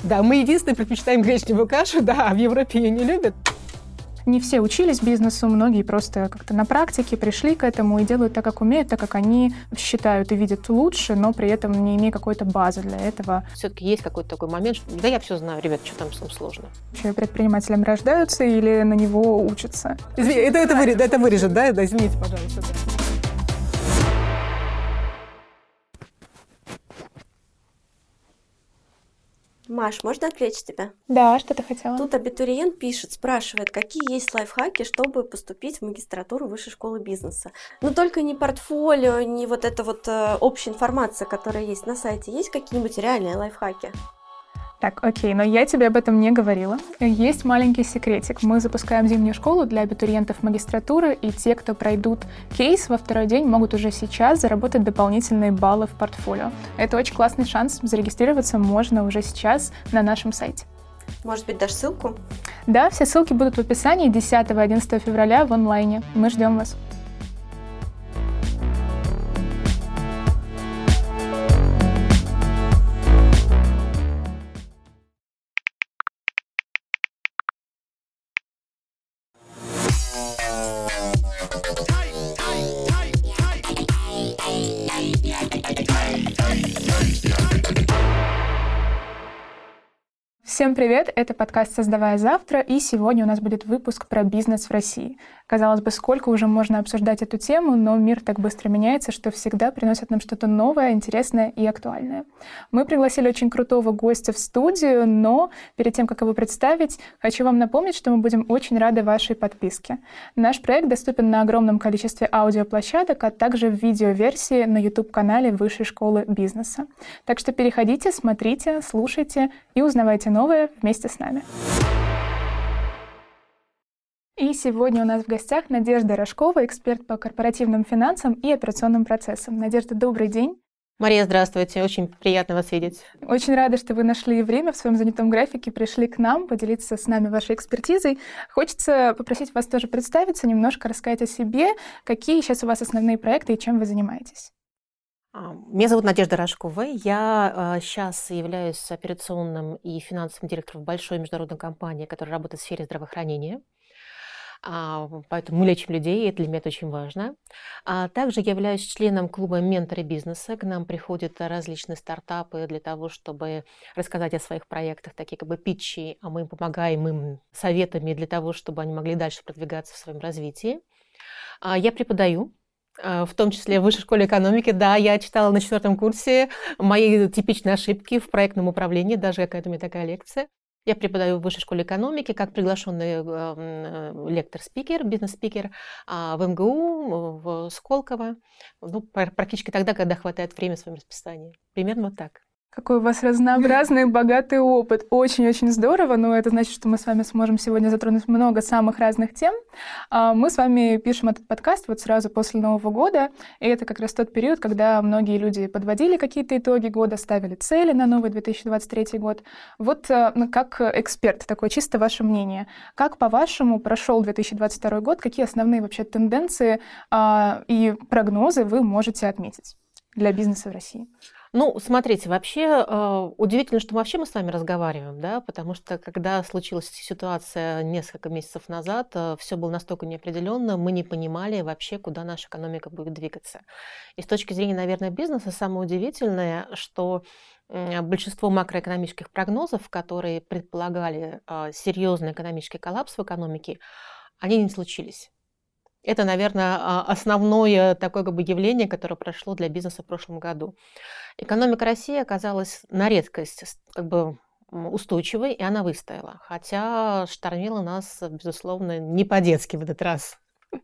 Да, мы единственные предпочитаем гречневую кашу, да, а в Европе ее не любят. Не все учились бизнесу, многие просто как-то на практике пришли к этому и делают так, как умеют, так, как они считают и видят лучше, но при этом не имея какой-то базы для этого. Все-таки есть какой-то такой момент, что да, я все знаю, ребят, что там с ним сложно. Вообще предпринимателям рождаются или на него учатся? Извините, это вырежет, да? Да, извините, пожалуйста. Да. Маш, можно отвлечь тебя? Да, что ты хотела? Тут абитуриент пишет, спрашивает, какие есть лайфхаки, чтобы поступить в магистратуру Высшей школы бизнеса. Но только не портфолио, не вот эта вот общая информация, которая есть на сайте. Есть какие-нибудь реальные лайфхаки? Так, окей, но я тебе об этом не говорила. Есть маленький секретик. Мы запускаем зимнюю школу для абитуриентов магистратуры, и те, кто пройдут кейс во второй день, могут уже сейчас заработать дополнительные баллы в портфолио. Это очень классный шанс. Зарегистрироваться можно уже сейчас на нашем сайте. Может быть, дашь ссылку? Да, все ссылки будут в описании 10-11 февраля в онлайне. Мы ждем вас. Всем привет! Это подкаст «Создавая завтра», и сегодня у нас будет выпуск про бизнес в России. Казалось бы, сколько уже можно обсуждать эту тему, но мир так быстро меняется, что всегда приносит нам что-то новое, интересное и актуальное. Мы пригласили очень крутого гостя в студию, но перед тем, как его представить, хочу вам напомнить, что мы будем очень рады вашей подписке. Наш проект доступен на огромном количестве аудиоплощадок, а также в видеоверсии на YouTube-канале Высшей школы бизнеса. Так что переходите, смотрите, слушайте и узнавайте новое вместе с нами. И сегодня у нас в гостях Надежда Рожкова, эксперт по корпоративным финансам и операционным процессам. Надежда, добрый день. Мария, здравствуйте. Очень приятно вас видеть. Очень рада, что вы нашли время в своем занятом графике, пришли к нам поделиться с нами вашей экспертизой. Хочется попросить вас тоже представиться, немножко рассказать о себе, какие сейчас у вас основные проекты и чем вы занимаетесь. Меня зовут Надежда Рожкова. Я сейчас являюсь операционным и финансовым директором большой международной компании, которая работает в сфере здравоохранения. Поэтому мы лечим людей, и это для меня это очень важно. Также я являюсь членом клуба «Менторы бизнеса». К нам приходят различные стартапы для того, чтобы рассказать о своих проектах, такие как бы питчи, а мы им помогаем им советами для того, чтобы они могли дальше продвигаться в своем развитии. Я преподаю, в том числе в Высшей школе экономики. Да, я читала на 4 курсе мои типичные ошибки в проектном управлении, даже какая-то у меня такая лекция. Я преподаю в Высшей школе экономики как приглашенный лектор-спикер, бизнес-спикер в МГУ, в Сколково. Практически тогда, когда хватает времени в своем расписании. Примерно вот так. Какой у вас разнообразный, богатый опыт. Очень-очень здорово, но это значит, что мы с вами сможем сегодня затронуть много самых разных тем. Мы с вами пишем этот подкаст вот сразу после Нового года, и это как раз тот период, когда многие люди подводили какие-то итоги года, ставили цели на новый 2023 год. Вот как эксперт, такое чисто ваше мнение, как, по-вашему, прошел 2022 год, какие основные вообще тенденции и прогнозы вы можете отметить для бизнеса в России? Ну, смотрите, вообще удивительно, что вообще мы с вами разговариваем, да, потому что когда случилась ситуация несколько месяцев назад, все было настолько неопределенно, мы не понимали вообще, куда наша экономика будет двигаться. И с точки зрения, наверное, бизнеса, самое удивительное, что большинство макроэкономических прогнозов, которые предполагали серьезный экономический коллапс в экономике, они не случились. Это, наверное, основное такое как бы явление, которое прошло для бизнеса в прошлом году. Экономика России оказалась на редкость как бы устойчивой, и она выстояла. Хотя штормило нас, безусловно, не по-детски в этот раз.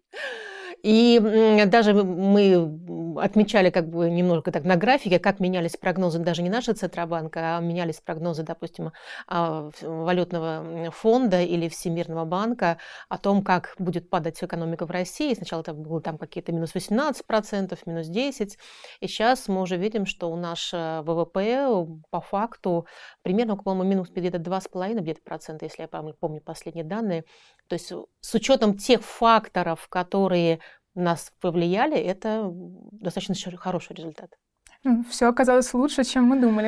И даже мы отмечали как бы немножко так на графике, как менялись прогнозы даже не нашего Центробанка, а менялись прогнозы, допустим, валютного фонда или Всемирного банка о том, как будет падать экономика в России. Сначала это было там какие-то минус 18%, минус 10%. И сейчас мы уже видим, что у наш ВВП по факту примерно около минус где-то 2,5%, где-то процента, если я помню последние данные. То есть с учетом тех факторов, которые нас повлияли, это достаточно хороший результат. Все оказалось лучше, чем мы думали. Но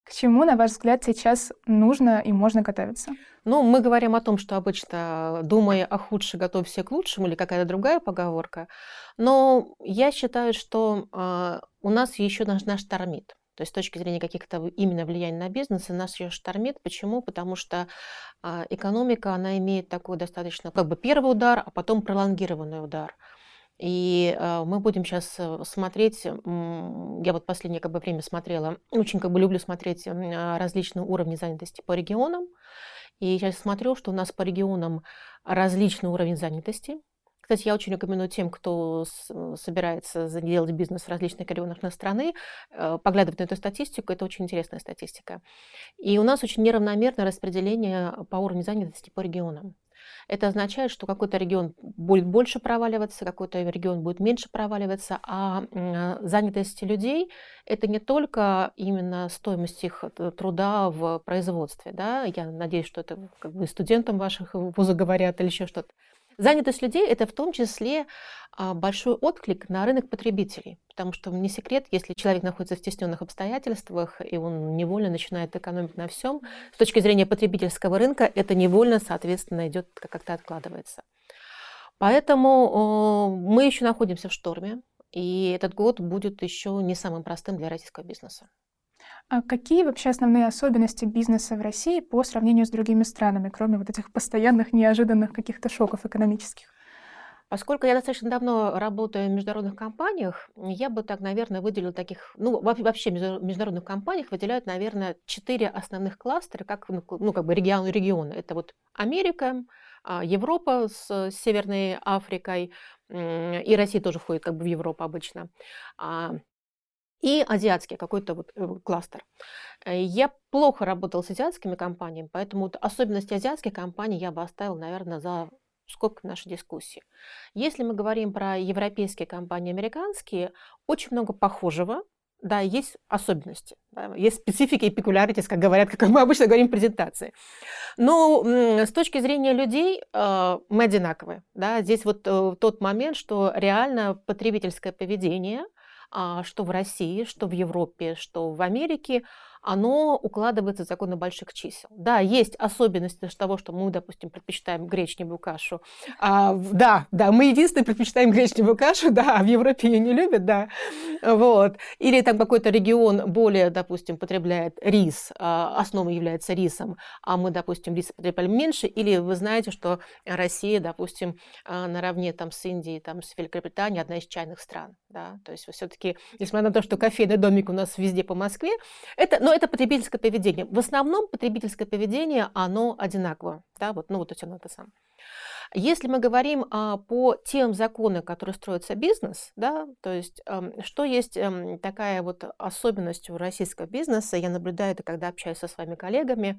К чему, на ваш взгляд, сейчас нужно и можно готовиться? Ну, мы говорим о том, что обычно, думая о худшем, готовься к лучшему, или какая-то другая поговорка. Но я считаю, что у нас еще наш штормит. То есть с точки зрения каких-то именно влияний на бизнес, нас еще штормит. Почему? Потому что экономика, она имеет такой достаточно как бы первый удар, а потом пролонгированный удар. И мы будем сейчас смотреть, я вот последнее как бы время смотрела, очень как бы люблю смотреть различные уровни занятости по регионам. И сейчас смотрю, что у нас по регионам различный уровень занятости. Кстати, я очень рекомендую тем, кто собирается делать бизнес в различных регионах на страны, поглядывать на эту статистику. Это очень интересная статистика. И у нас очень неравномерное распределение по уровню занятости по регионам. Это означает, что какой-то регион будет больше проваливаться, какой-то регион будет меньше проваливаться, а занятость людей – это не только именно стоимость их труда в производстве. Да? Я надеюсь, что это как бы студентам ваших вузов говорят или еще что-то. Занятость людей – это в том числе большой отклик на рынок потребителей, потому что не секрет, если человек находится в стесненных обстоятельствах, и он невольно начинает экономить на всем, с точки зрения потребительского рынка это невольно, соответственно, идет, как-то откладывается. Поэтому мы еще находимся в шторме, и этот год будет еще не самым простым для российского бизнеса. А какие вообще основные особенности бизнеса в России по сравнению с другими странами, кроме вот этих постоянных неожиданных каких-то шоков экономических? Поскольку я достаточно давно работаю в международных компаниях, я бы так, наверное, выделила таких, ну, вообще в международных компаниях выделяют, наверное, 4 основных кластера, как, ну, как бы регионы. Это вот Америка, Европа с Северной Африкой, и Россия тоже входит как бы в Европу обычно, и азиатский какой-то вот кластер. Я плохо работала с азиатскими компаниями, поэтому вот особенности азиатских компаний я бы оставила, наверное, за скобками нашей дискуссии. Если мы говорим про европейские компании, американские, очень много похожего, да, есть особенности, да, есть специфики и пекуляритис, как говорят, как мы обычно говорим в презентации. Но с точки зрения людей мы одинаковые. Да. Здесь вот тот момент, что реально потребительское поведение, что в России, что в Европе, что в Америке, оно укладывается в законы больших чисел. Да, есть особенности того, что мы, допустим, предпочитаем гречневую кашу. Да, мы единственные предпочитаем гречневую кашу, да, а в Европе ее не любят, да. Вот. Или там какой-то регион более, допустим, потребляет рис, основой является рисом, а мы, допустим, рис потребляем меньше. Или вы знаете, что Россия, допустим, наравне там, с Индией, там, с Великобританией одна из чайных стран. Да? То есть все-таки, несмотря на то, что кофейный домик у нас везде по Москве, это потребительское поведение. В основном потребительское поведение, оно одинаково. Да? Вот, ну, вот это самое. Если мы говорим по тем законам, которые строится бизнес, да, то есть что есть такая вот особенность у российского бизнеса, я наблюдаю это, когда общаюсь со своими коллегами,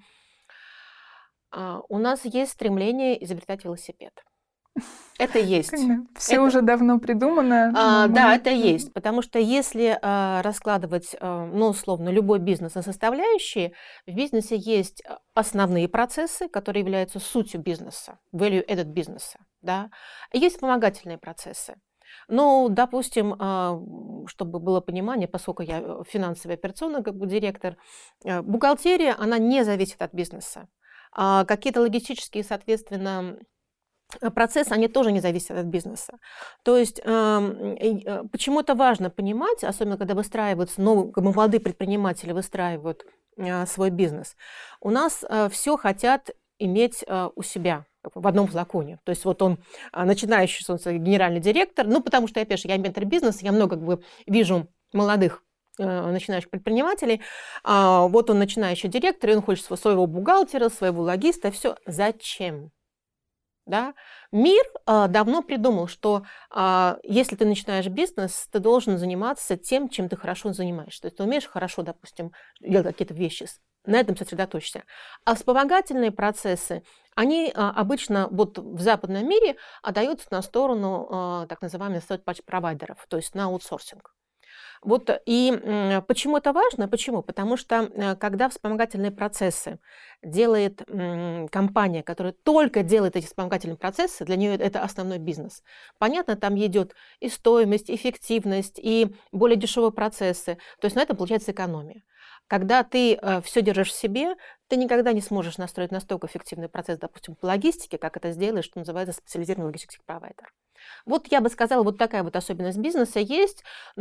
у нас есть стремление изобретать велосипед. Это есть. Все уже давно придумано. Да, это есть. Потому что если раскладывать, ну, условно, любой бизнес на составляющие, в бизнесе есть основные процессы, которые являются сутью бизнеса, value-added бизнеса. Да? Есть вспомогательные процессы. Ну, допустим, чтобы было понимание, поскольку я финансовый операционный как бы директор, бухгалтерия, она не зависит от бизнеса. Какие-то логистические, соответственно, процессы, они тоже не зависят от бизнеса. То есть почему это важно понимать, особенно когда выстраиваются новые, молодые предприниматели выстраивают свой бизнес. У нас все хотят иметь у себя в одном флаконе. То есть вот он начинающий, собственно, генеральный директор, ну потому что, опять же, я ментор бизнеса, я много как бы вижу молодых начинающих предпринимателей. Вот он начинающий директор, и он хочет своего бухгалтера, своего логиста, все. Зачем? Да? Мир давно придумал, что если ты начинаешь бизнес, ты должен заниматься тем, чем ты хорошо занимаешься. То есть ты умеешь хорошо, допустим, делать какие-то вещи, на этом сосредоточься. А вспомогательные процессы, они обычно вот в западном мире отдаются на сторону так называемых third-party-провайдеров, то есть на аутсорсинг. Вот, и почему это важно? Почему? Потому что когда вспомогательные процессы делает компания, которая только делает эти вспомогательные процессы, для нее это основной бизнес. Понятно, там идет и стоимость, и эффективность, и более дешевые процессы. То есть на этом получается экономия. Когда ты все держишь в себе, ты никогда не сможешь настроить настолько эффективный процесс, допустим, по логистике, как это сделаешь, что называется специализированный логистический провайдер. Вот я бы сказала, вот такая вот особенность бизнеса есть,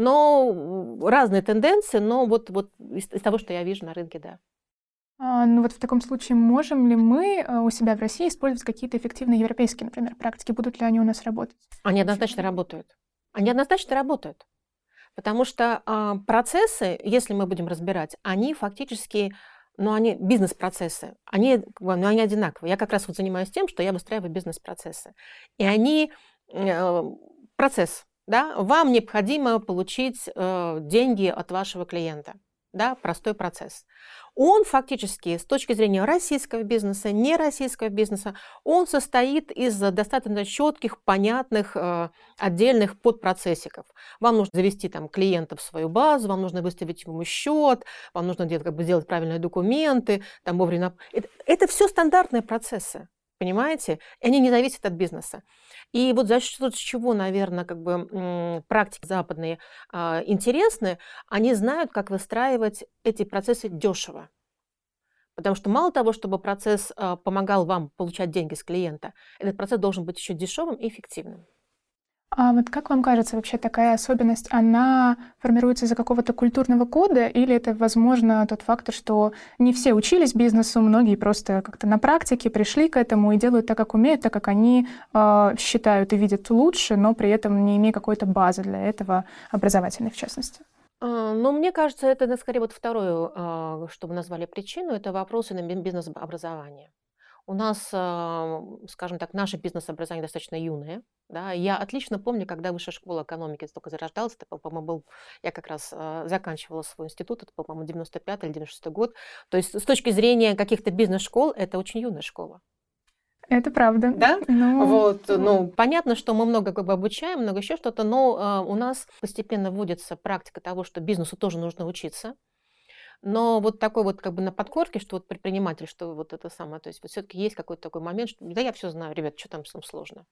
но разные тенденции, но вот из того, что я вижу на рынке, да. Ну вот в таком случае можем ли мы у себя в России использовать какие-то эффективные европейские, например, практики? Будут ли они у нас работать? Они однозначно работают. Они однозначно работают. Потому что процессы, если мы будем разбирать, они фактически, они бизнес-процессы, они, они одинаковые. Я как раз вот занимаюсь тем, что я выстраиваю бизнес-процессы. И они процесс, да, вам необходимо получить деньги от вашего клиента. Да, простой процесс. Он фактически с точки зрения российского бизнеса, нероссийского бизнеса, он состоит из достаточно четких, понятных, отдельных подпроцессиков. Вам нужно завести там клиента в свою базу, вам нужно выставить ему счет, вам нужно сделать правильные документы, там вовремя. Это все стандартные процессы, понимаете? И они не зависят от бизнеса. И вот за счет чего, наверное, практики западные интересны, они знают, как выстраивать эти процессы дешево. Потому что мало того, чтобы процесс помогал вам получать деньги с клиента, этот процесс должен быть еще дешевым и эффективным. А вот как вам кажется, вообще такая особенность, она формируется из-за какого-то культурного кода, или это, возможно, тот фактор, что не все учились бизнесу, многие просто как-то на практике пришли к этому и делают так, как умеют, так как они считают и видят лучше, но при этом не имея какой-то базы для этого, образовательной в частности? Но мне кажется, это скорее вот вторую, что вы назвали причину, это вопросы на бизнес-образования. У нас, скажем так, наше бизнес-образование достаточно юное. Да. Я отлично помню, когда высшая школа экономики только зарождалась, это, по-моему, я как раз заканчивала свой институт, это, по-моему, 95 или 96 год. То есть с точки зрения каких-то бизнес-школ, это очень юная школа. Это правда. Да? Понятно, что мы много обучаем, много еще что-то, но у нас постепенно вводится практика того, что бизнесу тоже нужно учиться. Но вот такой вот на подкорке, что вот предприниматель, что вот это самое, то есть вот все-таки есть какой-то такой момент, что да, я все знаю, ребят, что там с ним сложно.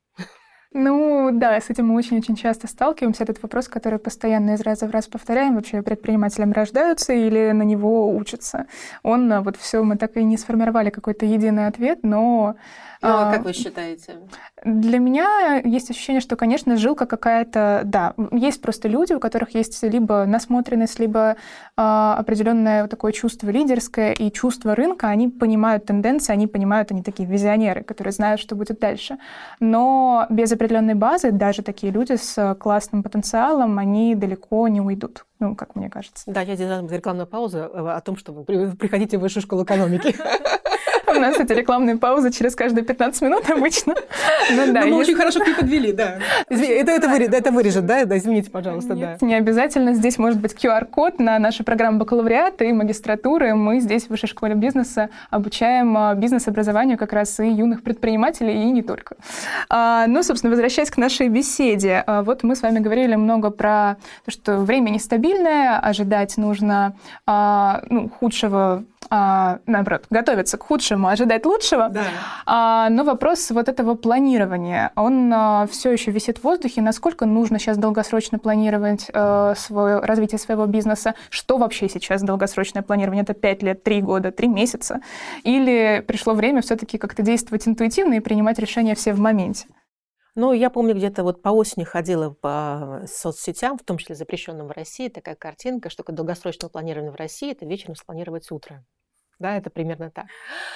Да, с этим мы очень-очень часто сталкиваемся. Этот вопрос, который постоянно из раза в раз повторяем, вообще предпринимателям рождаются или на него учатся. Вот все, мы так и не сформировали какой-то единый ответ, но... как вы считаете? Для меня есть ощущение, что, конечно, жилка какая-то... Да, есть просто люди, у которых есть либо насмотренность, либо определенное такое чувство лидерское и чувство рынка. Они понимают тенденции, они такие визионеры, которые знают, что будет дальше. Но без определенной базы даже такие люди с классным потенциалом, они далеко не уйдут, как мне кажется. Да, я сделала рекламную паузу о том, что вы приходите в высшую школу экономики. У нас эти рекламные паузы через каждые 15 минут обычно. Мы очень хорошо к ней подвели, да. Это вырежет, да? Извините, пожалуйста, да. Не обязательно. Здесь может быть QR-код на нашу программу бакалавриата и магистратуры. Мы здесь в Высшей школе бизнеса обучаем бизнес-образованию как раз и юных предпринимателей, и не только. Собственно, возвращаясь к нашей беседе. Вот мы с вами говорили много про то, что время нестабильное, ожидать нужно худшего, наоборот, готовиться к худшему, ожидать лучшего. Да. Но вопрос вот этого планирования, он все еще висит в воздухе. Насколько нужно сейчас долгосрочно планировать развитие своего бизнеса? Что вообще сейчас долгосрочное планирование? Это 5 лет, 3 года, 3 месяца? Или пришло время все-таки как-то действовать интуитивно и принимать решения все в моменте? Я помню, где-то по осени ходила по соцсетям, в том числе запрещенным в России, такая картинка, что долгосрочное планирование в России – это вечером спланировать утро. Да, это примерно так.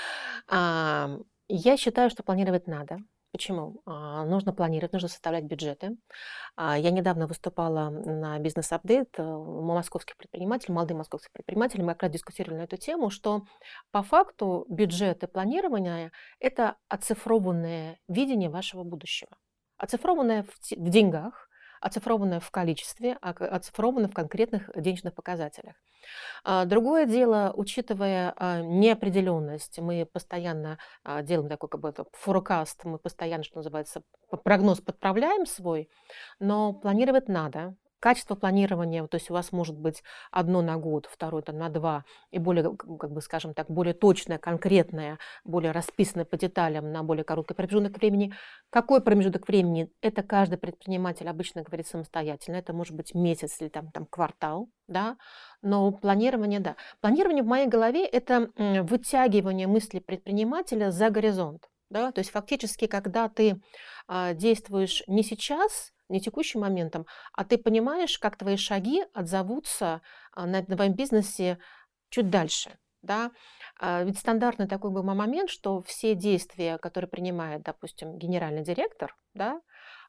Я считаю, что планировать надо. Почему? Нужно планировать, нужно составлять бюджеты. Я недавно выступала на бизнес-апдейт у московских предпринимателей, молодых московских предпринимателей. Мы как раз дискутировали на эту тему, что по факту бюджет и планирование – это оцифрованное видение вашего будущего. Оцифрованное в деньгах, оцифрованное в количестве, оцифрованное в конкретных денежных показателях. Другое дело, учитывая неопределенность, мы постоянно делаем такой форкаст, мы постоянно, что называется, прогноз подправляем свой, но планировать надо. Качество планирования, то есть у вас может быть одно на год, второе там на 2, и более, как бы, скажем так, более точное, конкретное, более расписанное по деталям на более короткий промежуток времени. Какой промежуток времени? Это каждый предприниматель обычно говорит самостоятельно. Это может быть месяц или там квартал, да. Но планирование, да. Планирование в моей голове – это вытягивание мысли предпринимателя за горизонт. Да? То есть фактически, когда ты действуешь не сейчас, не текущим моментом, а ты понимаешь, как твои шаги отзовутся на твоем бизнесе чуть дальше. Да? Ведь стандартный такой был момент, что все действия, которые принимает, допустим, генеральный директор, да,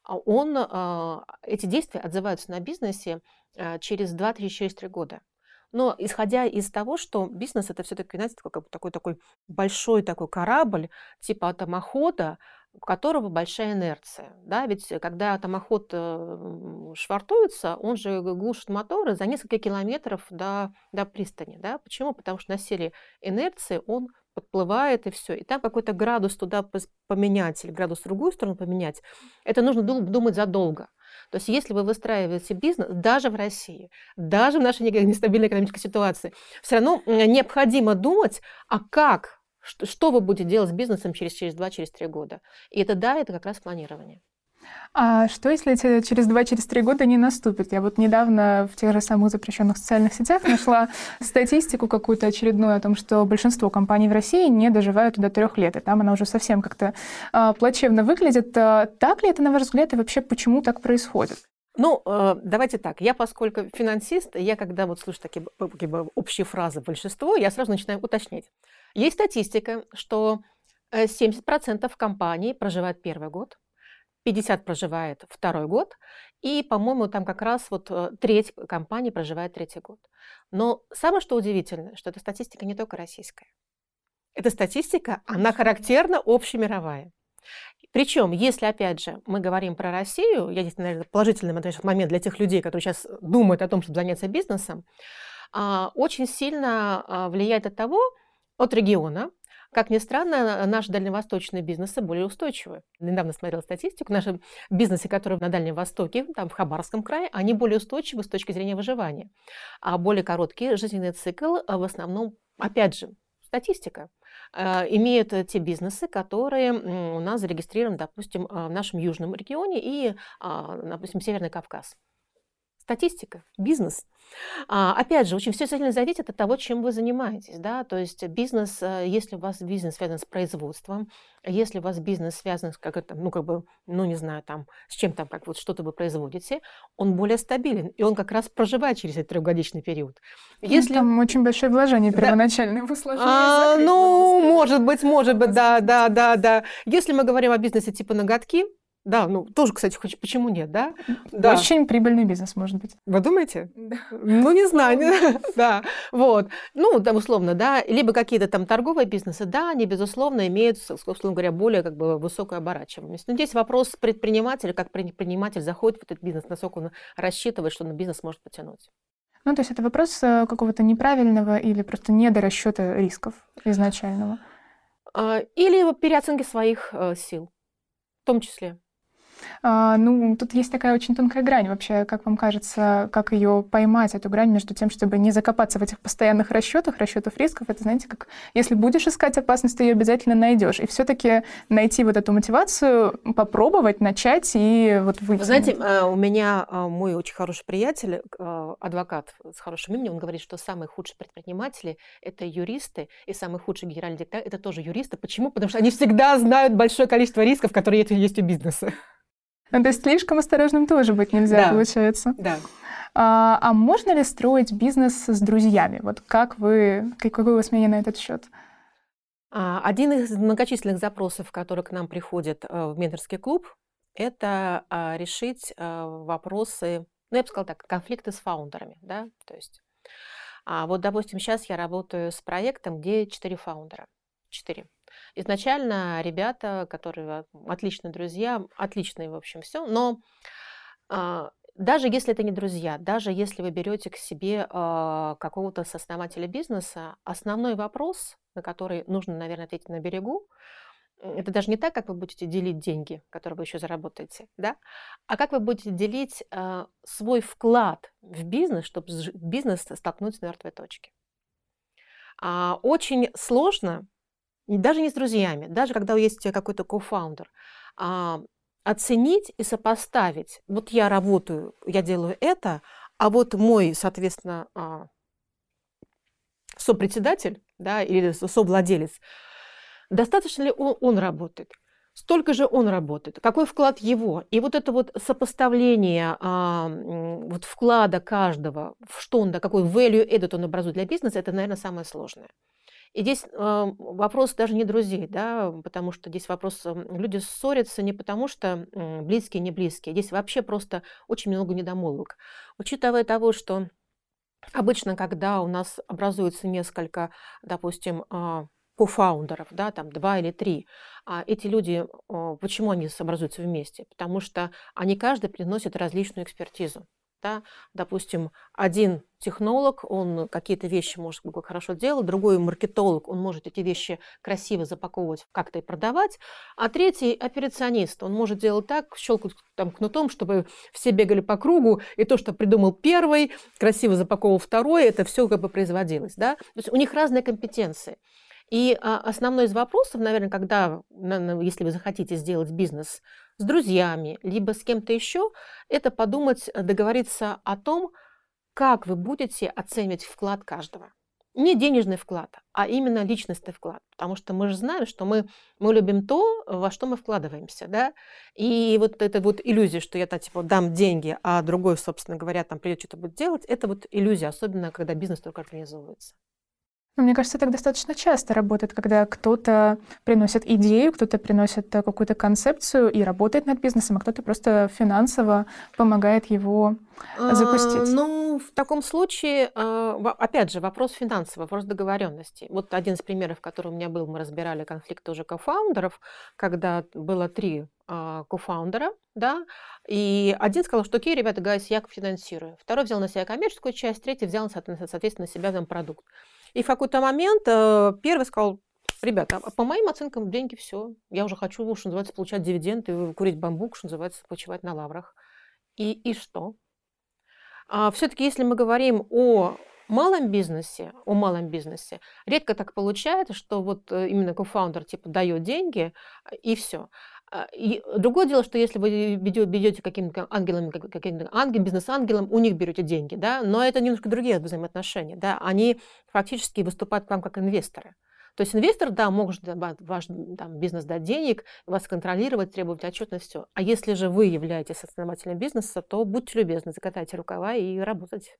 эти действия отзываются на бизнесе через 2, 3, 4 года. Но исходя из того, что бизнес это все-таки, знаете, такой большой такой корабль, типа атомохода, у которого большая инерция. Да? Ведь когда атомоход швартуется, он же глушит моторы за несколько километров до пристани. Да? Почему? Потому что на силе инерции он подплывает и все. И там какой-то градус туда поменять или градус в другую сторону поменять, это нужно думать задолго. То есть если вы выстраиваете бизнес, даже в России, даже в нашей нестабильной экономической ситуации, все равно необходимо думать, а как, что вы будете делать с бизнесом через 2, через 3 года. И это да, это как раз планирование. А что, если это через 2-3 года не наступит? Я вот недавно в тех же самых запрещенных социальных сетях нашла статистику какую-то очередную о том, что большинство компаний в России не доживают до 3 лет, и там она уже совсем как-то плачевно выглядит. Так ли это, на ваш взгляд, и вообще почему так происходит? Ну, давайте так. Я, поскольку финансист, я когда вот слышу такие общие фразы большинство, я сразу начинаю уточнять. Есть статистика, что 70% компаний проживают первый год, 50 проживает второй год, и, по-моему, там как раз вот треть компаний проживает третий год. Но самое что удивительное, что эта статистика не только российская. Эта статистика, она характерна общемировая. Причем, если, опять же, мы говорим про Россию, я здесь, наверное, положительный момент для тех людей, которые сейчас думают о том, чтобы заняться бизнесом, очень сильно влияет от региона. Как ни странно, наши дальневосточные бизнесы более устойчивы. Недавно смотрела статистику. Наши бизнесы, которые на Дальнем Востоке, там в Хабаровском крае, они более устойчивы с точки зрения выживания. А более короткий жизненный цикл в основном, опять же, статистика, имеют те бизнесы, которые у нас зарегистрированы, допустим, в нашем южном регионе и, допустим, Северный Кавказ. Статистика, бизнес. Опять же, очень все сильно зависит от того, чем вы занимаетесь. Да? То есть бизнес, если у вас бизнес связан с производством, если у вас бизнес связан с не знаю, там, с чем там, как вот что-то вы производите, он более стабилен, и он как раз проживает через этот 3-годичный период. Если... Там очень большое вложение первоначальное в усложнение. Может быть, да. Если мы говорим о бизнесе типа ноготки, да, тоже, кстати, почему нет, да? Очень прибыльный бизнес, может быть. Вы думаете? Да. Не знаю, да. Вот. Там условно, да, либо какие-то там торговые бизнесы, да, они, безусловно, имеют, условно говоря, более высокую оборачиваемость. Но здесь вопрос предпринимателя, как предприниматель заходит в этот бизнес, насколько он рассчитывает, что он бизнес может потянуть. То есть это вопрос какого-то неправильного или просто недорасчета рисков изначального? Или переоценки своих сил, в том числе. Тут есть такая очень тонкая грань. Вообще, как вам кажется, как ее поймать, эту грань между тем, чтобы не закопаться в этих постоянных расчетах рисков? Это, знаете, как если будешь искать опасность, ты ее обязательно найдешь. И все-таки найти вот эту мотивацию, попробовать, начать и вот выйти. Вы знаете, у меня мой очень хороший приятель, адвокат с хорошим именем, он говорит, что самые худшие предприниматели – это юристы, и самый худший генеральный директор – это тоже юристы. Почему? Потому что они всегда знают большое количество рисков, которые есть у бизнеса. То есть слишком осторожным тоже быть нельзя, получается. Да. А можно ли строить бизнес с друзьями? Вот какое у вас мнение на этот счет? Один из многочисленных запросов, которые к нам приходят в менторский клуб, это решить вопросы, я бы сказала так, конфликты с фаундерами. Да? То есть, вот, допустим, сейчас я работаю с проектом, где 4 фаундера. 4. Изначально ребята, которые отличные друзья, отличные, в общем, все, но даже если это не друзья, даже если вы берете к себе какого-то сооснователя бизнеса, основной вопрос, на который нужно, наверное, ответить на берегу, Это даже не так, как вы будете делить деньги, которые вы еще заработаете, да, а как вы будете делить свой вклад в бизнес, чтобы бизнес столкнуть с мертвой точки. Очень сложно, даже не с друзьями, даже когда есть какой-то кофаундер, оценить и сопоставить. Вот я работаю, я делаю это, а вот мой, соответственно, сопредседатель, да, или совладелец, достаточно ли он работает? Столько же он работает. Какой вклад его? И вот это вот сопоставление вот вклада каждого, в что он, да, какой value added он образует для бизнеса, это, наверное, самое сложное. И здесь вопрос даже не друзей, да, потому что здесь вопрос, люди ссорятся не потому, что близкие, не близкие. Здесь вообще просто очень много недомолвок. Учитывая того, что обычно, когда у нас образуется несколько, допустим, кофаундеров, да, там 2 или 3, эти люди, почему они образуются вместе? Потому что они каждый приносит различную экспертизу. Да? Допустим, один технолог, он какие-то вещи может хорошо делать, другой маркетолог, он может эти вещи красиво запаковывать, как-то и продавать, а третий операционист, он может делать так, щелкать там кнутом, чтобы все бегали по кругу, и то, что придумал первый, красиво запаковывал второй, это все как бы производилось. Да? То есть у них разные компетенции. И основной из вопросов, наверное, когда, если вы захотите сделать бизнес с друзьями, либо с кем-то еще, это подумать, договориться о том, как вы будете оценивать вклад каждого. Не денежный вклад, а именно личностный вклад. Потому что мы же знаем, что мы любим то, во что мы вкладываемся. Да? И вот эта вот иллюзия, что я типа дам деньги, а другой, собственно говоря, там придет что-то будет делать, это вот иллюзия, особенно когда бизнес только организовывается. Мне кажется, так достаточно часто работает, когда кто-то приносит идею, кто-то приносит какую-то концепцию и работает над бизнесом, а кто-то просто финансово помогает его запустить. Ну, в таком случае, опять же, вопрос финансовый, вопрос договоренности. Вот один из примеров, который у меня был, мы разбирали конфликт тоже кофаундеров, когда было 3 кофаундера, да, и один сказал, что окей, ребята, guys, я финансирую. Второй взял на себя коммерческую часть, третий взял, соответственно, на себя там продукт. И в какой-то момент первый сказал: ребята, по моим оценкам деньги все. Я уже хочу, что называется, получать дивиденды, курить бамбук, что называется, почивать на лаврах. И что? Все-таки, если мы говорим о малом бизнесе, редко так получается, что вот именно кофаундер типа дает деньги и все. И другое дело, что если вы ведете какими-то ангелами, бизнес-ангелом, у них берете деньги, да, но это немножко другие взаимоотношения, да, они фактически выступают к вам как инвесторы. То есть инвестор, да, может ваш бизнес дать денег, вас контролировать, требовать отчетность, все. А если же вы являетесь основателем бизнеса, то будьте любезны, закатайте рукава и работать.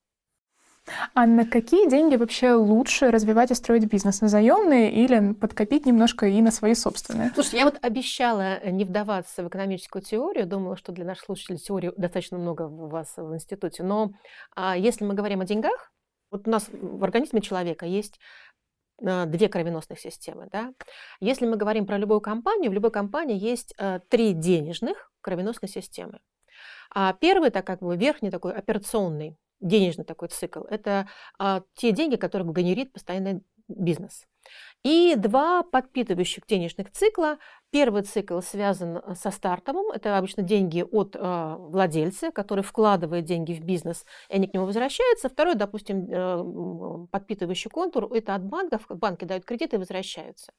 А на какие деньги вообще лучше развивать и строить бизнес? На заемные или подкопить немножко и на свои собственные? Слушай, я вот обещала не вдаваться в экономическую теорию, думала, что для наших слушателей теории достаточно много у вас в институте, но если мы говорим о деньгах, вот у нас в организме человека есть 2 кровеносных системы. Да? Если мы говорим про любую компанию, в любой компании есть 3 денежных кровеносных системы. Первый, это как бы верхний такой операционный, денежный такой цикл, это те деньги, которые генерит постоянный бизнес. И 2 подпитывающих денежных цикла. Первый цикл связан со стартовым, это обычно деньги от владельца, который вкладывает деньги в бизнес, и они к нему возвращаются. Второй, допустим, подпитывающий контур, это от банков, банки дают кредиты и возвращаются.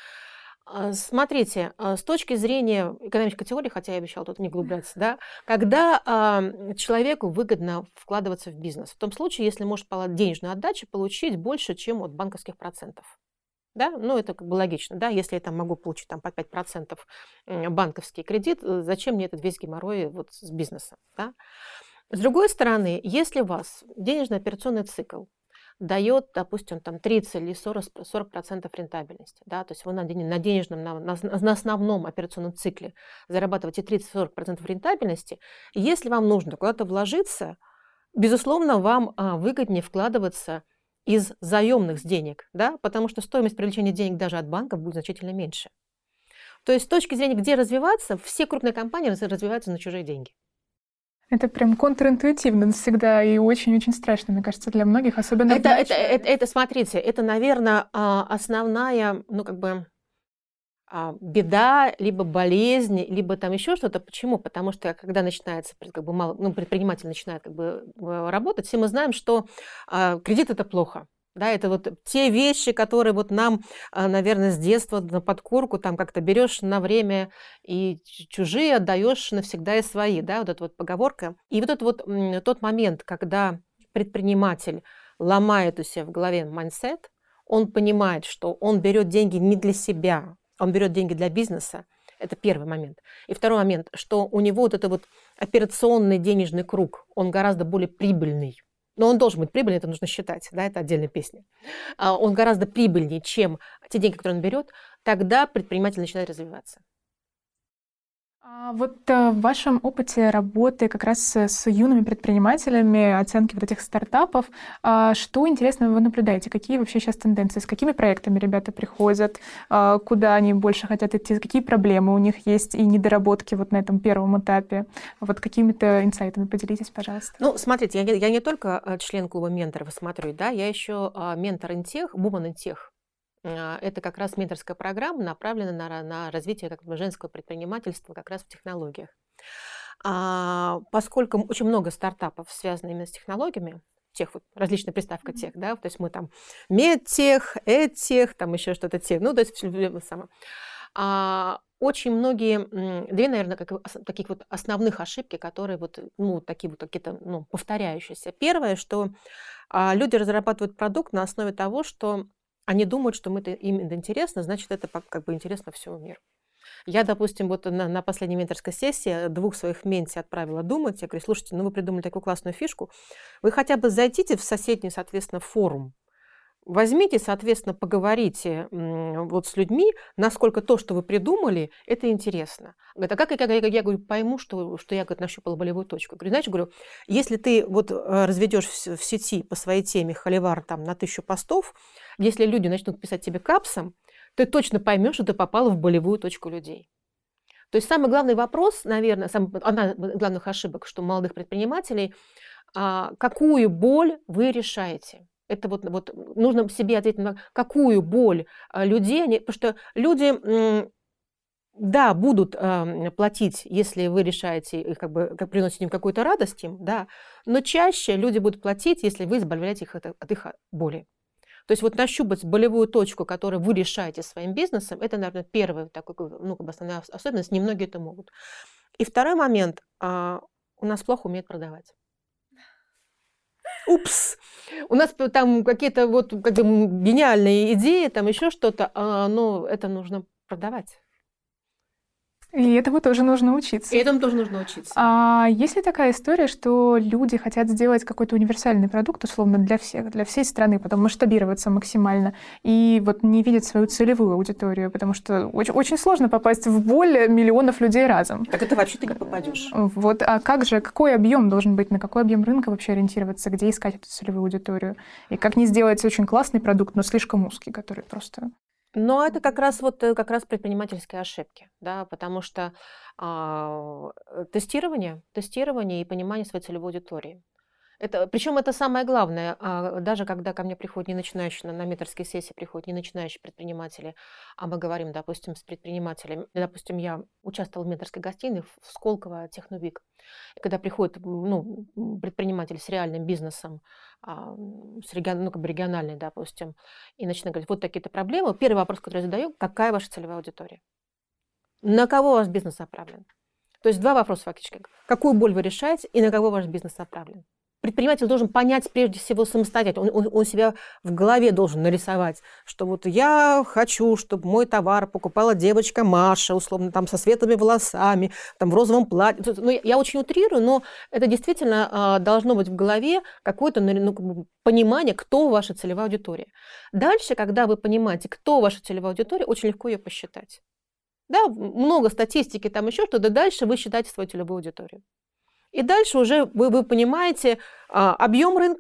Смотрите, с точки зрения экономической теории, хотя я обещала тут не углубляться, да, когда человеку выгодно вкладываться в бизнес, в том случае, если может денежную отдачу получить больше, чем от банковских процентов. Да? Ну, это как бы логично. Да? Если я там могу получить там, по 5% банковский кредит, зачем мне этот весь геморрой вот с бизнесом? Да? С другой стороны, если у вас денежный операционный цикл дает, допустим, там 30 или 40% рентабельности. Да? То есть вы на денежном, на основном операционном цикле зарабатываете 30-40% рентабельности. Если вам нужно куда-то вложиться, безусловно, вам выгоднее вкладываться из заемных денег, да? Потому что стоимость привлечения денег даже от банков будет значительно меньше. То есть с точки зрения, где развиваться, все крупные компании развиваются на чужие деньги. Это прям контринтуитивно всегда и очень-очень страшно, мне кажется, для многих, особенно это, смотрите, это, наверное, основная, беда, либо болезнь, либо там еще что-то. Почему? Потому что когда начинается, предприниматель начинает работать, все мы знаем, что кредит – это плохо. Да, это вот те вещи, которые вот нам, наверное, с детства на подкорку там как-то берешь на время и чужие отдаешь навсегда и свои, да, вот эта вот поговорка. И вот этот вот тот момент, когда предприниматель ломает у себя в голове майндсет, он понимает, что он берет деньги не для себя, он берет деньги для бизнеса. Это первый момент. И второй момент, что у него вот это вот операционный денежный круг, он гораздо более прибыльный. Но он должен быть прибыльный, это нужно считать, да, это отдельная песня. Он гораздо прибыльнее, чем те деньги, которые он берет, тогда предприниматель начинает развиваться. Вот в вашем опыте работы как раз с юными предпринимателями, оценки вот этих стартапов, что интересного вы наблюдаете? Какие вообще сейчас тенденции? С какими проектами ребята приходят? Куда они больше хотят идти? Какие проблемы у них есть и недоработки вот на этом первом этапе? Вот какими-то инсайтами поделитесь, пожалуйста. Ну, смотрите, я не только член клуба менторов смотрю, да, я еще ментор интех, Woman интех. Это как раз менторская программа, направленная на развитие женского предпринимательства как раз в технологиях. Поскольку очень много стартапов связано именно с технологиями, тех вот различная приставка тех, да, то есть мы там медтех, эдтех, там еще что-то тех, ну, то есть самое. Очень многие, две, наверное, таких вот основных ошибки, которые вот, ну, такие вот какие-то, ну, повторяющиеся. Первое, что люди разрабатывают продукт на основе того, что они думают, что им это интересно, значит, это как бы интересно всему миру. Я, допустим, вот на последней менторской сессии 2 своих менти отправила думать. Я говорю, слушайте, ну вы придумали такую классную фишку. Вы хотя бы зайдите в соседний, соответственно, форум. Возьмите, соответственно, поговорите вот с людьми, насколько то, что вы придумали, это интересно. Говорит, а как я говорю, пойму, что я, говорит, нащупала болевую точку? Говорю, знаешь, говорю, если ты вот разведешь в сети по своей теме холивар там на 1000 постов, если люди начнут писать тебе капсом, ты точно поймешь, что ты попала в болевую точку людей. То есть самый главный вопрос, наверное, одна из главных ошибок, что у молодых предпринимателей, какую боль вы решаете? Это вот нужно себе ответить на какую боль людей, потому что люди, да, будут платить, если вы решаете, как приносите им какую-то радость, да, но чаще люди будут платить, если вы избавляете их от их боли. То есть вот нащупать болевую точку, которую вы решаете своим бизнесом, это, наверное, первая такой, ну, как бы основная особенность, немногие это могут. И второй момент, у нас плохо умеют продавать. Упс! У нас там какие-то вот как бы гениальные идеи, там еще что-то, но это нужно продавать. И этому тоже нужно учиться. И этому тоже нужно учиться. Есть ли такая история, что люди хотят сделать какой-то универсальный продукт, условно, для всех, для всей страны, потом масштабироваться максимально, и вот не видят свою целевую аудиторию, потому что очень, очень сложно попасть в боль миллионов людей разом. Так это вообще ты не попадешь. Вот, а как же, какой объем должен быть, на какой объем рынка вообще ориентироваться, где искать эту целевую аудиторию? И как не сделать очень классный продукт, но слишком узкий, который просто... Но это как раз предпринимательские ошибки, да, потому что тестирование и понимание своей целевой аудитории. Причем это самое главное, даже когда ко мне приходят не начинающие, на менторские сессии приходят не начинающие предприниматели, а мы говорим, допустим, с предпринимателями. Допустим, я участвовала в менторской гостиной в Сколково Техновик. И когда приходит предприниматель с реальным бизнесом, региональный, допустим, и начинает говорить, вот такие-то проблемы, первый вопрос, который я задаю, какая ваша целевая аудитория? На кого ваш бизнес направлен? То есть 2 вопроса фактически. Какую боль вы решаете и на кого ваш бизнес направлен? Предприниматель должен понять прежде всего самостоятельно. Он себя в голове должен нарисовать, что вот я хочу, чтобы мой товар покупала девочка Маша, условно, там, со светлыми волосами, там, в розовом платье. Ну, я очень утрирую, но это действительно должно быть в голове какое-то понимание, кто ваша целевая аудитория. Дальше, когда вы понимаете, кто ваша целевая аудитория, очень легко ее посчитать. Да, много статистики, там еще что-то, дальше вы считаете свою целевую аудиторию. И дальше уже вы понимаете объем рынка,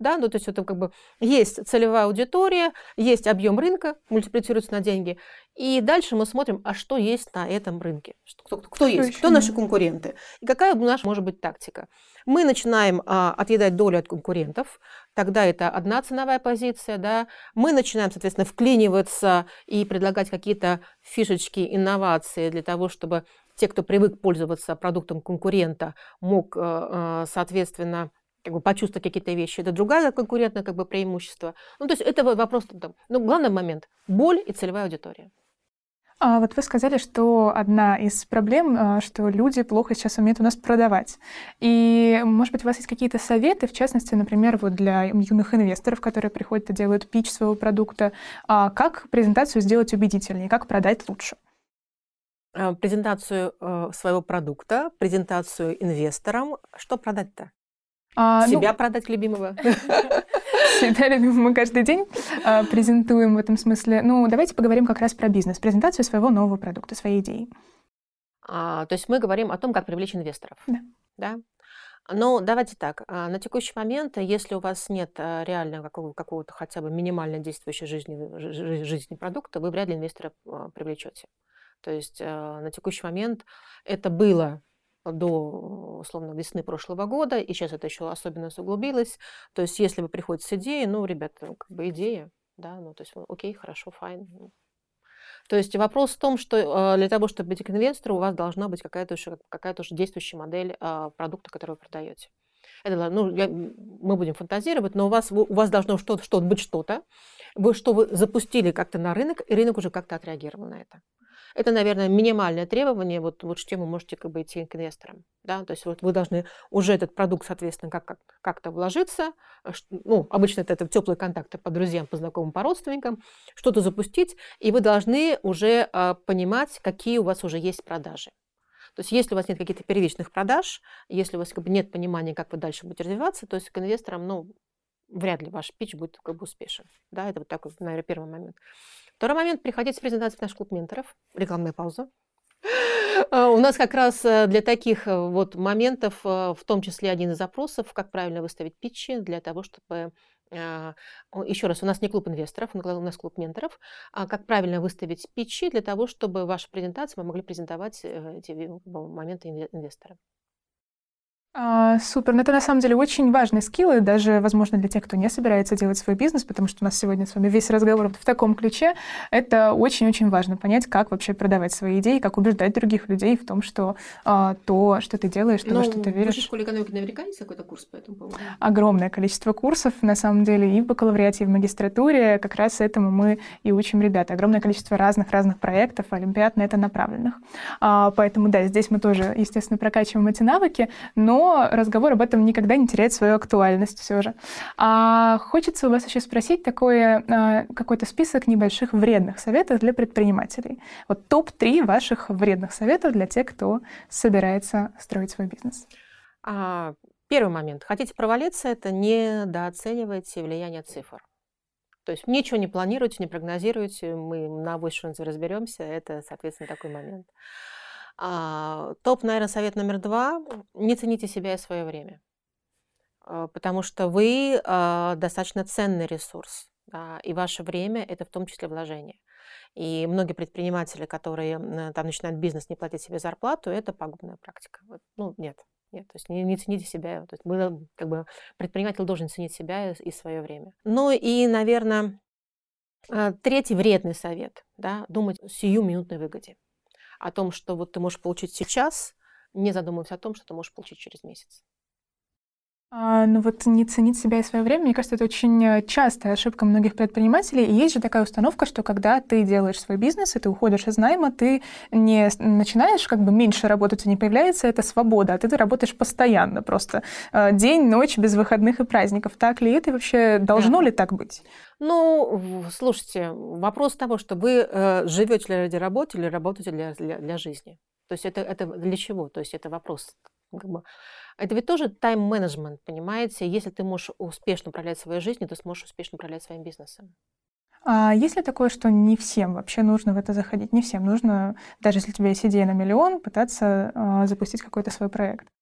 Да, ну, то есть это как бы есть целевая аудитория, есть объем рынка, мультиплицируется на деньги, и дальше мы смотрим, а что есть на этом рынке, кто есть, кто наши конкуренты, и какая у нас может быть тактика. Мы начинаем отъедать долю от конкурентов, тогда это одна ценовая позиция, да. Мы начинаем, соответственно, вклиниваться и предлагать какие-то фишечки, инновации для того, чтобы те, кто привык пользоваться продуктом конкурента, мог, соответственно, как бы почувствовать какие-то вещи. Это другая конкурентное как бы преимущество. Ну, то есть это вопрос, ну, главный момент – боль и целевая аудитория. Вот вы сказали, что одна из проблем, что люди плохо сейчас умеют у нас продавать. И, может быть, у вас есть какие-то советы, в частности, например, вот для юных инвесторов, которые приходят и делают питч своего продукта, как презентацию сделать убедительнее, как продать лучше? Презентацию своего продукта, презентацию инвесторам. Что продать-то? Себя продать любимого. Себя любимого мы каждый день презентуем в этом смысле. Ну, давайте поговорим как раз про бизнес, презентацию своего нового продукта, своей идеи. То есть мы говорим о том, как привлечь инвесторов. Да? Но давайте так, на текущий момент, если у вас нет реально какого-то хотя бы минимально действующей жизни продукта, вы вряд ли инвестора привлечете. То есть на текущий момент это было до, условно, весны прошлого года, и сейчас это еще особенно углубилось. То есть если вы приходите с идеей, ну, ребята, как бы идея, да, ну, то есть окей, хорошо, файн. То есть вопрос в том, что для того, чтобы быть к инвестору, у вас должна быть какая-то уже действующая модель продукта, который вы продаете. Это, ну, мы будем фантазировать, но у вас должно быть что-то, вы запустили как-то на рынок, и рынок уже как-то отреагировал на это. Это, наверное, минимальное требование, вот с чем вы можете как бы идти к инвесторам. Да? То есть вот вы должны уже этот продукт, соответственно, как-то вложиться. Ну, обычно это теплые контакты по друзьям, по знакомым, по родственникам, что-то запустить, и вы должны уже понимать, какие у вас уже есть продажи. То есть если у вас нет каких-то первичных продаж, если у вас как бы нет понимания, как вы дальше будете развиваться, то есть к инвесторам, ну, вряд ли ваш питч будет как бы успешен. Да? Это вот такой, наверное, первый момент. Второй момент – приходите с презентацией в наш клуб менторов. Рекламная пауза. У нас как раз для таких вот моментов, в том числе один из запросов, как правильно выставить питчи для того, чтобы… Еще раз, у нас не клуб инвесторов, у нас клуб менторов. Как правильно выставить питчи для того, чтобы ваши презентации мы могли презентовать эти моменты инвестора. Супер. Но это на самом деле очень важный скилл, и даже, возможно, для тех, кто не собирается делать свой бизнес, потому что у нас сегодня с вами весь разговор в таком ключе, это очень-очень важно понять, как вообще продавать свои идеи, как убеждать других людей в том, что то, что ты делаешь, то, во что ты веришь. В школе экономики наверняка есть какой-то курс по этому поводу? Огромное количество курсов, на самом деле, и в бакалавриате, и в магистратуре. Как раз этому мы и учим ребят. Огромное количество разных проектов, олимпиад на это направленных. Поэтому, да, здесь мы тоже, естественно, прокачиваем эти навыки, но разговор об этом никогда не теряет свою актуальность все же. Хочется у вас еще спросить какой-то список небольших вредных советов для предпринимателей. Вот топ-3 ваших вредных советов для тех, кто собирается строить свой бизнес. Первый момент. Хотите провалиться, это недооценивайте влияние цифр. То есть ничего не планируйте, не прогнозируйте, мы на авось разберемся, это, соответственно, такой момент. Топ, наверное, совет номер 2. Не цените себя и свое время. Потому что вы достаточно ценный ресурс. И ваше время – это в том числе вложение. И многие предприниматели, которые там начинают бизнес, не платить себе зарплату, это пагубная практика. Ну, нет. То есть не цените себя. То есть предприниматель должен ценить себя и свое время. Ну и, наверное, третий вредный совет. Да, думать о сиюминутной выгоде. О том, что вот ты можешь получить сейчас, не задумываясь о том, что ты можешь получить через месяц. Ну вот не ценить себя и свое время, мне кажется, это очень частая ошибка многих предпринимателей. И есть же такая установка, что когда ты делаешь свой бизнес, и ты уходишь из найма, ты не начинаешь как бы меньше работать, и не появляется эта свобода, а ты работаешь постоянно просто. День, ночь, без выходных и праздников. Так ли это и вообще должно ли так быть? Ну, слушайте, вопрос того, что вы живете ради работы или работаете для жизни. То есть это для чего? То есть это вопрос как бы… Это ведь тоже тайм-менеджмент, понимаете? Если ты можешь успешно управлять своей жизнью, ты сможешь успешно управлять своим бизнесом. Есть ли такое, что не всем вообще нужно в это заходить? Не всем нужно, даже если у тебя есть идея на 1 000 000, пытаться запустить какой-то свой проект?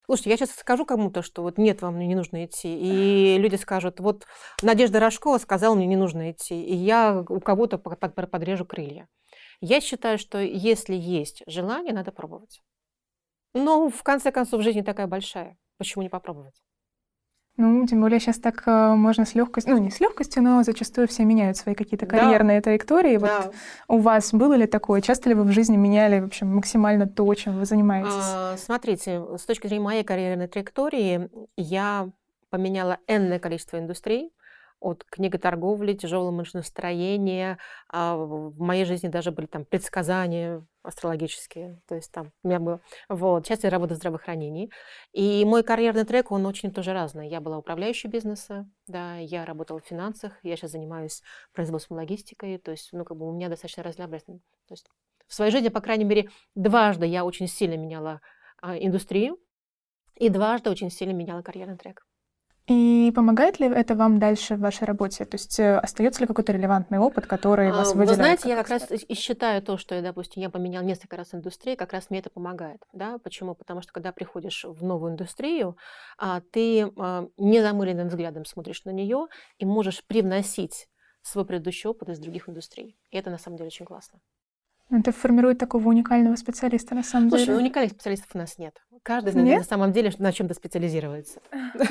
Слушайте, я сейчас скажу кому-то, что вот нет, вам не нужно идти. И люди скажут, вот Надежда Рожкова сказала, мне не нужно идти. И я у кого-то подрежу крылья. Я считаю, что если есть желание, надо пробовать. Но в конце концов жизнь не такая большая. Почему не попробовать? Ну, тем более сейчас так можно с легкостью, ну не с легкостью, но зачастую все меняют свои какие-то карьерные траектории. Вот Да. у вас было ли такое? Часто ли вы в жизни меняли, в общем, максимально то, чем вы занимаетесь? Смотрите, с точки зрения моей карьерной траектории, я поменяла энное количество индустрий, от книготорговли, тяжелого машиностроения. В моей жизни даже были там предсказания астрологические. То есть там у меня было... Вот. Сейчас я работаю в здравоохранении. И мой карьерный трек, он очень тоже разный. Я была управляющей бизнеса, да, я работала в финансах, я сейчас занимаюсь производством, логистикой. То есть, ну, как бы у меня достаточно разнообразно. То есть в своей жизни, по крайней мере, дважды я очень сильно меняла индустрию, и дважды очень сильно меняла карьерный трек. И помогает ли это вам дальше в вашей работе? То есть остается ли какой-то релевантный опыт, который вас выделяет? Вы знаете, я как раз и считаю то, что, допустим, я поменяла несколько раз индустрию, как раз мне это помогает. Да? Почему? Потому что когда приходишь в новую индустрию, ты незамыленным взглядом смотришь на нее и можешь привносить свой предыдущий опыт из других индустрий. И это на самом деле очень классно. Это формирует такого уникального специалиста, на самом деле. Слушай, уникальных специалистов у нас нет. Каждый на самом деле на чем-то специализируется.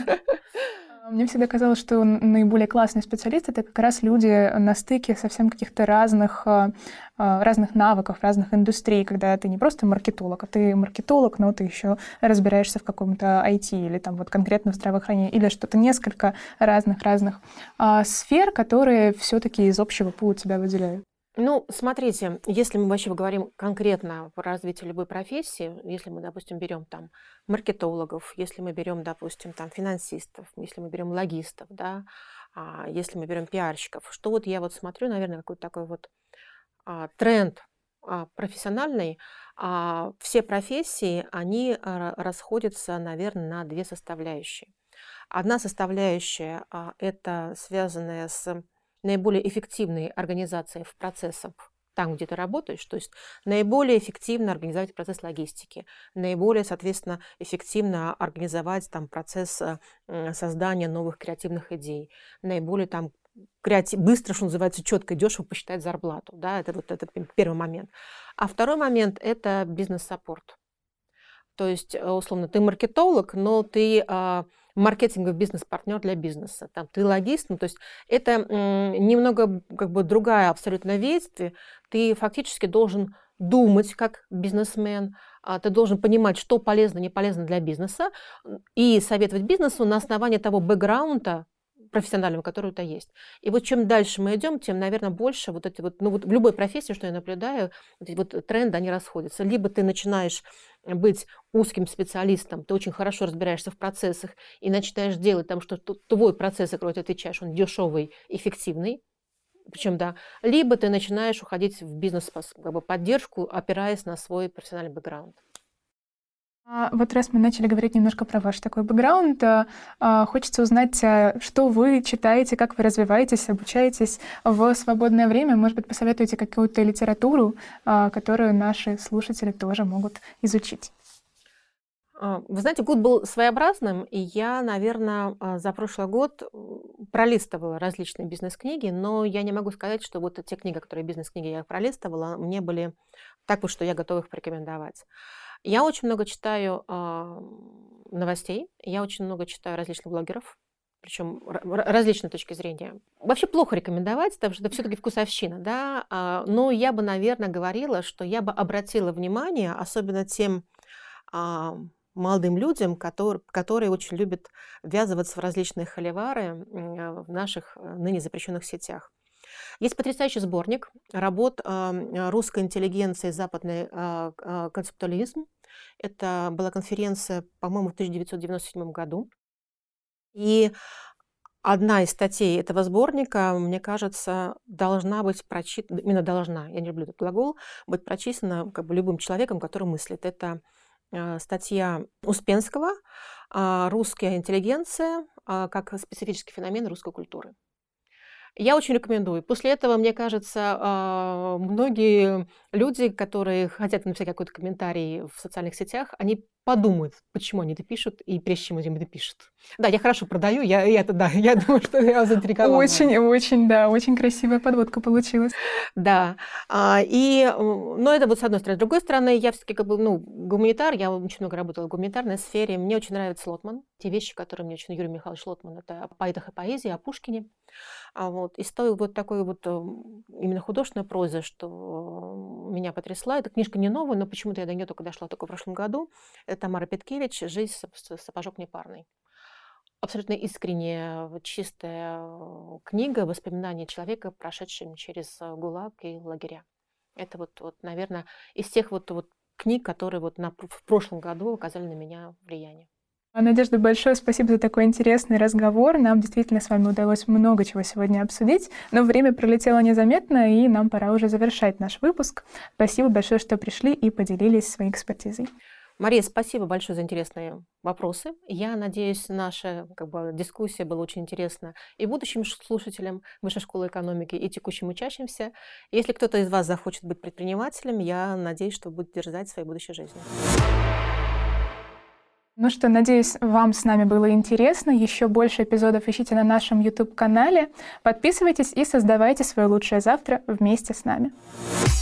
Мне всегда казалось, что наиболее классные специалисты — это как раз люди на стыке совсем каких-то разных навыков, разных индустрий, когда ты не просто маркетолог, а ты маркетолог, но ты еще разбираешься в каком-то IT или там вот конкретно в здравоохранении, или что-то несколько разных сфер, которые все-таки из общего пула тебя выделяют. Ну, смотрите, если мы вообще говорим конкретно про развитие любой профессии, если мы, допустим, берем там маркетологов, если мы берем, допустим, там финансистов, если мы берем логистов, да, если мы берем пиарщиков, что вот я вот смотрю, наверное, какой-то такой вот тренд профессиональный, все профессии, они расходятся, наверное, на две составляющие. Одна составляющая это связанная с наиболее эффективной организацией в процессах там, где ты работаешь, то есть наиболее эффективно организовать процесс логистики, наиболее, соответственно, эффективно организовать там процесс создания новых креативных идей, наиболее там быстро, что называется, четко и дешево посчитать зарплату. Да, это вот этот первый момент. А второй момент – это бизнес-саппорт. То есть, условно, ты маркетолог, но ты маркетинговый бизнес-партнер для бизнеса. Там, ты логист, ну, то есть это немного как бы другая абсолютно ветвь. Ты фактически должен думать как бизнесмен, ты должен понимать, что полезно, не полезно для бизнеса, и советовать бизнесу на основании того бэкграунда профессионального, который у тебя есть. И вот чем дальше мы идем, тем, наверное, больше вот эти вот, ну вот в любой профессии, что я наблюдаю, вот эти вот тренды, они расходятся. Либо ты начинаешь быть узким специалистом, ты очень хорошо разбираешься в процессах и начинаешь делать там, что твой процесс, за который ты отвечаешь, он дешевый, эффективный, причем, да, либо ты начинаешь уходить в бизнес-поддержку, опираясь на свой профессиональный бэкграунд. Вот раз мы начали говорить немножко про ваш такой бэкграунд, хочется узнать, что вы читаете, как вы развиваетесь, обучаетесь в свободное время. Может быть, посоветуете какую-то литературу, которую наши слушатели тоже могут изучить. Вы знаете, год был своеобразным, и я, наверное, за прошлый год пролистывала различные бизнес-книги, но я не могу сказать, что вот те книги, которые бизнес-книги я пролистывала, мне были так вот, что я готова их порекомендовать. Я очень много читаю новостей, я очень много читаю различных блогеров, причем различной точки зрения. Вообще плохо рекомендовать, потому что это все-таки вкусовщина, да, но я бы, наверное, говорила, что я бы обратила внимание, особенно тем молодым людям, которые очень любят ввязываться в различные холивары в наших ныне запрещенных сетях. Есть потрясающий сборник работ русской интеллигенции «Западный концептуализм». Это была конференция, по-моему, в 1997 году. И одна из статей этого сборника, мне кажется, должна быть прочитана, именно должна, я не люблю этот глагол, быть прочитана как бы любым человеком, который мыслит. Это статья Успенского «Русская интеллигенция как специфический феномен русской культуры». Я очень рекомендую. После этого, мне кажется, многие люди, которые хотят написать какой-то комментарий в социальных сетях, они подумают, почему они это пишут и прежде чем они это пишут. Да, я хорошо продаю, я думаю, что я заинтриговала. Очень красивая подводка получилась. Да, но это вот с одной стороны. С другой стороны, я все-таки гуманитар, я очень много работала в гуманитарной сфере. Мне очень нравится Лотман. Те вещи, которые мне очень Юрий Михайлович Лотман, это о поэтах и поэзии, о Пушкине. И с той вот такой вот именно художественной прозы, что меня потрясла. Эта книжка не новая, но почему-то я до нее только дошла только в прошлом году. Это Тамара Петкевич «Жизнь сапожок непарный». Абсолютно искренняя, чистая книга, воспоминания человека, прошедшим через ГУЛАГ и лагеря. Это наверное, из тех книг, которые в прошлом году оказали на меня влияние. Надежда, большое спасибо за такой интересный разговор. Нам действительно с вами удалось много чего сегодня обсудить, но время пролетело незаметно, и нам пора уже завершать наш выпуск. Спасибо большое, что пришли и поделились своей экспертизой. Мария, спасибо большое за интересные вопросы. Я надеюсь, наша дискуссия была очень интересна и будущим слушателям Высшей школы экономики, и текущим учащимся. Если кто-то из вас захочет быть предпринимателем, я надеюсь, что будет дерзать своей будущей жизнью. Ну что, надеюсь, вам с нами было интересно. Еще больше эпизодов ищите на нашем YouTube-канале. Подписывайтесь и создавайте свое лучшее завтра вместе с нами.